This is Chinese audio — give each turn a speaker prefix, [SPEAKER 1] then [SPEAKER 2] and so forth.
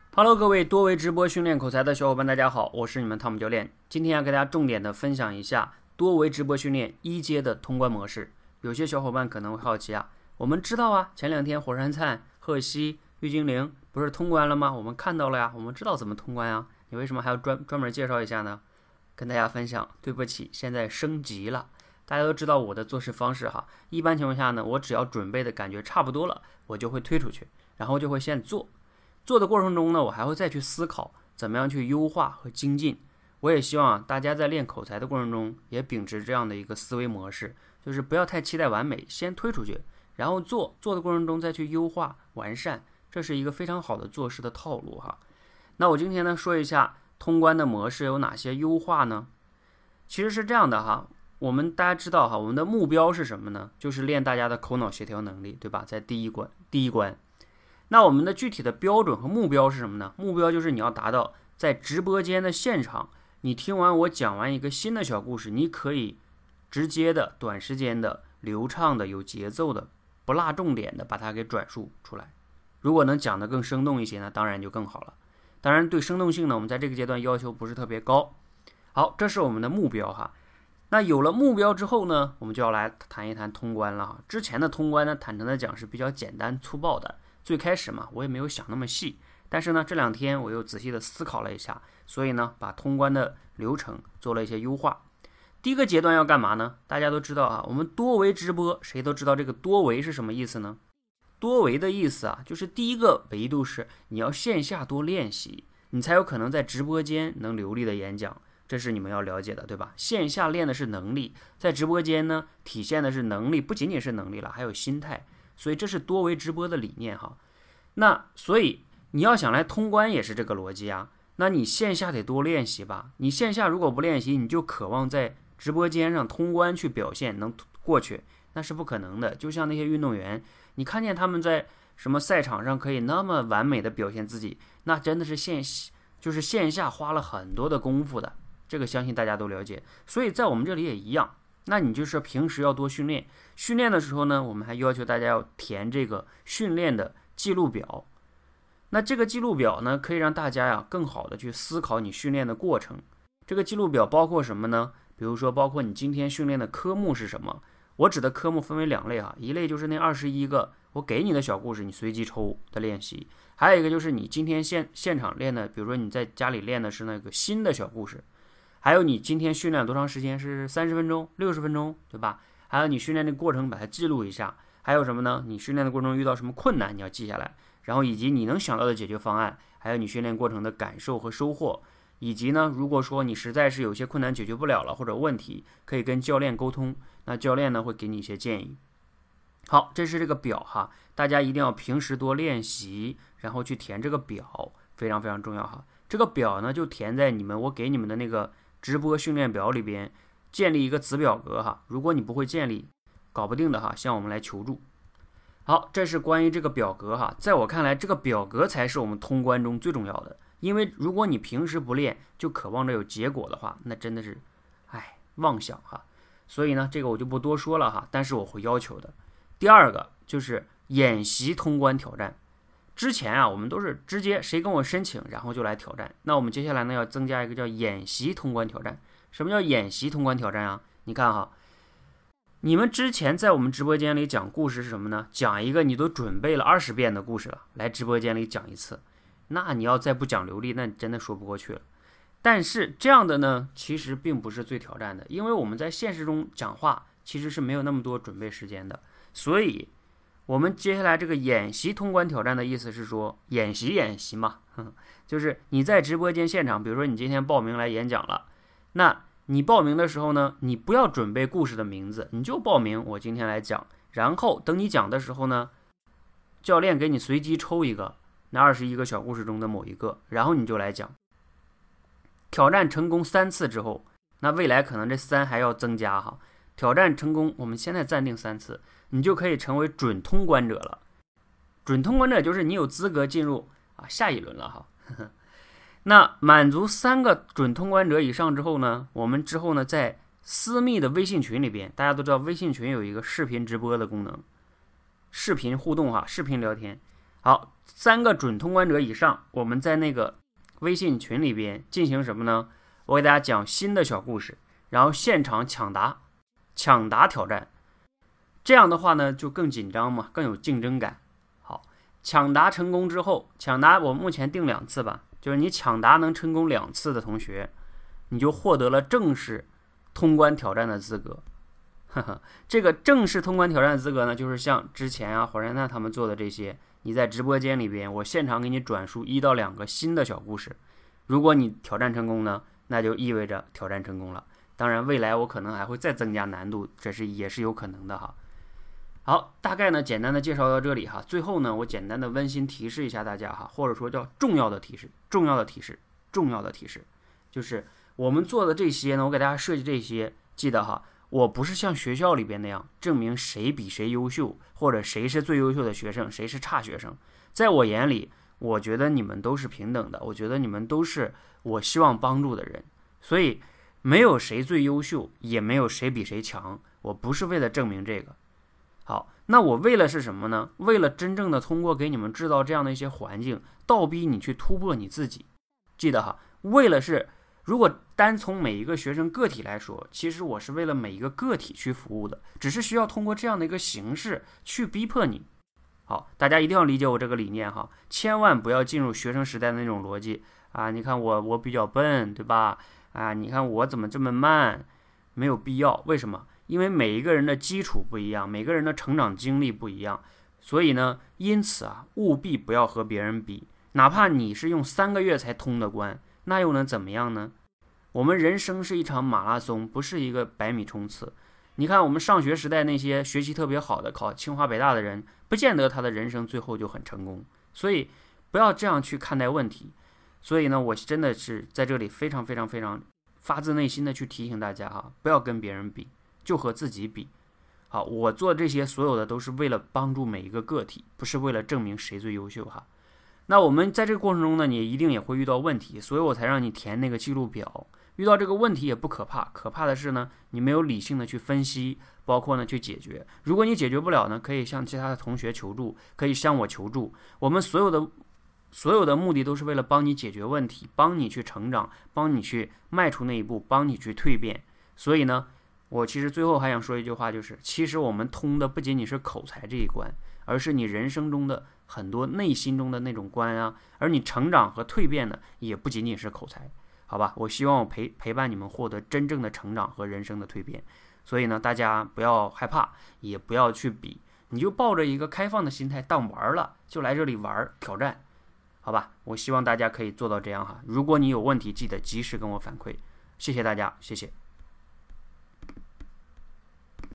[SPEAKER 1] Hello，各位多维直播训练口才的小伙伴，大家好，我是你们汤姆教练。今天要给大家重点的分享一下多维直播训练一阶的通关模式。有些小伙伴可能会好奇啊，我们知道啊，前2天火山灿、贺西、玉精灵不是通关了吗？我们看到了呀，我们知道怎么通关啊，你为什么还要专门介绍一下呢？跟大家分享，对不起，现在升级了。大家都知道我的做事方式哈，一般情况下呢，我只要准备的感觉差不多了，我就会推出去，然后就会先做的过程中呢，我还会再去思考怎么样去优化和精进。我也希望大家在练口才的过程中也秉持这样的一个思维模式，就是不要太期待完美，先推出去，然后做的过程中再去优化完善，这是一个非常好的做事的套路哈。那我今天呢说一下通关的模式有哪些优化呢？其实是这样的哈，大家知道哈，我们的目标是什么呢？就是练大家的口脑协调能力，对吧？在第一关。那我们的具体的标准和目标是什么呢？目标就是你要达到在直播间的现场，你听完我讲完一个新的小故事，你可以直接的、短时间的、流畅的、有节奏的、不落重点的把它给转述出来。如果能讲得更生动一些呢，当然就更好了。当然对生动性呢，我们在这个阶段要求不是特别高。好，这是我们的目标哈。那有了目标之后呢，我们就要来谈一谈通关了哈。之前的通关呢，坦诚的讲是比较简单粗暴的。最开始嘛，我也没有想那么细，但是呢，这2天我又仔细的思考了一下，所以呢，把通关的流程做了一些优化。第一个阶段要干嘛呢？大家都知道啊，我们多维直播，谁都知道这个多维是什么意思呢？多维的意思啊，就是第一个维度是你要线下多练习，你才有可能在直播间能流利的演讲，这是你们要了解的，对吧？线下练的是能力，在直播间呢，体现的是能力，不仅仅是能力了，还有心态。所以这是多维直播的理念哈。那所以你要想来通关也是这个逻辑啊。那你线下得多练习吧。你线下如果不练习，你就渴望在直播间上通关去表现能过去，那是不可能的。就像那些运动员，你看见他们在什么赛场上可以那么完美的表现自己，那真的是线下花了很多的功夫的。这个相信大家都了解。所以在我们这里也一样。那你就是平时要多训练，训练的时候呢，我们还要求大家要填这个训练的记录表。那这个记录表呢，可以让大家呀更好的去思考你训练的过程。这个记录表包括什么呢？比如说包括你今天训练的科目是什么。我指的科目分为2类哈，一类就是那21个我给你的小故事，你随机抽的练习，还有一个就是你今天现场练的，比如说你在家里练的是那个新的小故事。还有你今天训练多长时间，是30分钟、60分钟，对吧？还有你训练的过程把它记录一下。还有什么呢？你训练的过程中遇到什么困难，你要记下来。然后以及你能想到的解决方案，还有你训练过程的感受和收获。以及呢，如果说你实在是有些困难解决不了了，或者问题，可以跟教练沟通，那教练呢会给你一些建议。好，这是这个表哈，大家一定要平时多练习，然后去填这个表，非常非常重要哈。这个表呢就填在我给你们的那个直播训练表里边，建立一个子表格哈。如果你不会建立，搞不定的哈，向我们来求助。好，这是关于这个表格哈。在我看来，这个表格才是我们通关中最重要的。因为如果你平时不练，就渴望着有结果的话，那真的是，妄想哈。所以呢，这个我就不多说了哈，但是我会要求的。第2个就是演习通关挑战。之前啊，我们都是直接谁跟我申请，然后就来挑战。那我们接下来呢，要增加一个叫演习通关挑战。什么叫演习通关挑战啊？你看哈，你们之前在我们直播间里讲故事是什么呢？讲一个你都准备了20遍的故事了，来直播间里讲一次。那你要再不讲流利，那你真的说不过去了。但是这样的呢，其实并不是最挑战的，因为我们在现实中讲话其实是没有那么多准备时间的。所以我们接下来这个演习通关挑战的意思是说，演习嘛，就是你在直播间现场，比如说你今天报名来演讲了，那你报名的时候呢，你不要准备故事的名字，你就报名我今天来讲，然后等你讲的时候呢，教练给你随机抽一个那21个小故事中的某一个，然后你就来讲。挑战成功3次之后，那未来可能这3还要增加哈。挑战成功，我们现在暂定3次，你就可以成为准通关者了。准通关者就是你有资格进入下一轮了哈。那满足3个准通关者以上之后呢，我们之后呢在私密的微信群里边，大家都知道微信群有一个视频直播的功能，视频互动哈，视频聊天。好， 3个准通关者以上，我们在那个微信群里边进行什么呢？我给大家讲新的小故事，然后现场抢答挑战。这样的话呢，就更紧张嘛，更有竞争感。好，抢答成功之后，抢答我目前定2次吧，就是你抢答能成功2次的同学，你就获得了正式通关挑战的资格。这个正式通关挑战的资格呢，就是像之前啊火山探他们做的这些，你在直播间里边，我现场给你转述1到2个新的小故事。如果你挑战成功呢，那就意味着挑战成功了。当然，未来我可能还会再增加难度，也是有可能的哈。好，大概呢简单的介绍到这里哈。最后呢，我简单的温馨提示一下大家哈，或者说叫重要的提示，就是我们做的这些呢，我给大家设计这些，记得哈，我不是像学校里边那样证明谁比谁优秀，或者谁是最优秀的学生，谁是差学生。在我眼里，我觉得你们都是平等的，我觉得你们都是我希望帮助的人，所以没有谁最优秀，也没有谁比谁强。我不是为了证明这个。好，那我为了是什么呢？为了真正的通过给你们制造这样的一些环境，倒逼你去突破你自己。记得哈，为了是，如果单从每一个学生个体来说，其实我是为了每一个个体去服务的，只是需要通过这样的一个形式去逼迫你。好，大家一定要理解我这个理念哈，千万不要进入学生时代的那种逻辑啊！你看我比较笨，对吧？啊，你看我怎么这么慢？没有必要。为什么？因为每一个人的基础不一样，每个人的成长经历不一样，所以呢，因此啊，务必不要和别人比，哪怕你是用3个月才通的关，那又能怎么样呢？我们人生是一场马拉松，不是一个100米冲刺。你看我们上学时代那些学习特别好的，考清华北大的人，不见得他的人生最后就很成功。所以不要这样去看待问题。所以呢，我真的是在这里非常发自内心的去提醒大家哈，不要跟别人比，就和自己比。好，我做这些所有的都是为了帮助每一个个体，不是为了证明谁最优秀哈。那我们在这个过程中呢，你一定也会遇到问题，所以我才让你填那个记录表。遇到这个问题也不可怕，可怕的是呢，你没有理性的去分析，包括呢去解决。如果你解决不了呢，可以向其他的同学求助，可以向我求助。我们所有的目的都是为了帮你解决问题，帮你去成长，帮你去迈出那一步，帮你去蜕变。所以呢，我其实最后还想说一句话，就是其实我们通的不仅仅是口才这一关，而是你人生中的很多内心中的那种关啊，而你成长和蜕变呢，也不仅仅是口才。好吧，我希望我陪伴你们获得真正的成长和人生的蜕变。所以呢，大家不要害怕，也不要去比，你就抱着一个开放的心态，当玩了就来这里玩挑战。好吧，我希望大家可以做到这样哈。如果你有问题，记得及时跟我反馈。谢谢大家，谢谢。